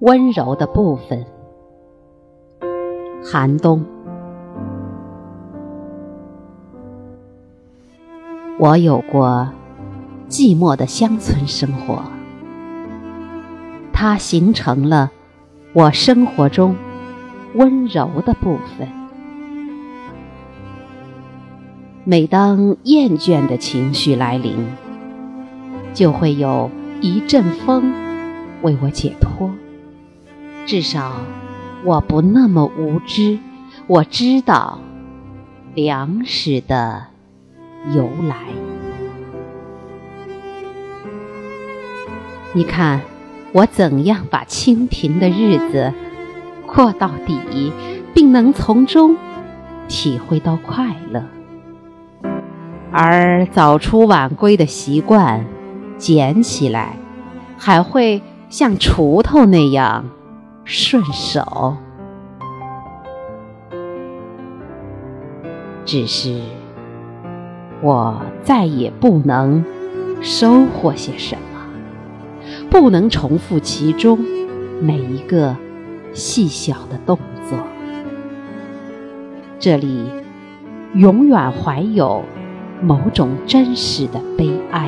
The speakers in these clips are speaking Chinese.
温柔的部分。寒冬，我有过寂寞的乡村生活，它形成了我生活中温柔的部分。每当厌倦的情绪来临，就会有一阵风为我解脱。至少我不那么无知，我知道粮食的由来。你看我怎样把清贫的日子过到底，并能从中体会到快乐。而早出晚归的习惯，捡起来还会像锄头那样顺手。只是我再也不能收获些什么，不能重复其中每一个细小的动作。这里永远怀有某种真实的悲哀，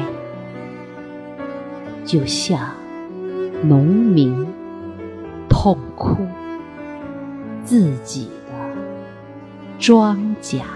就像农民痛哭自己的庄稼。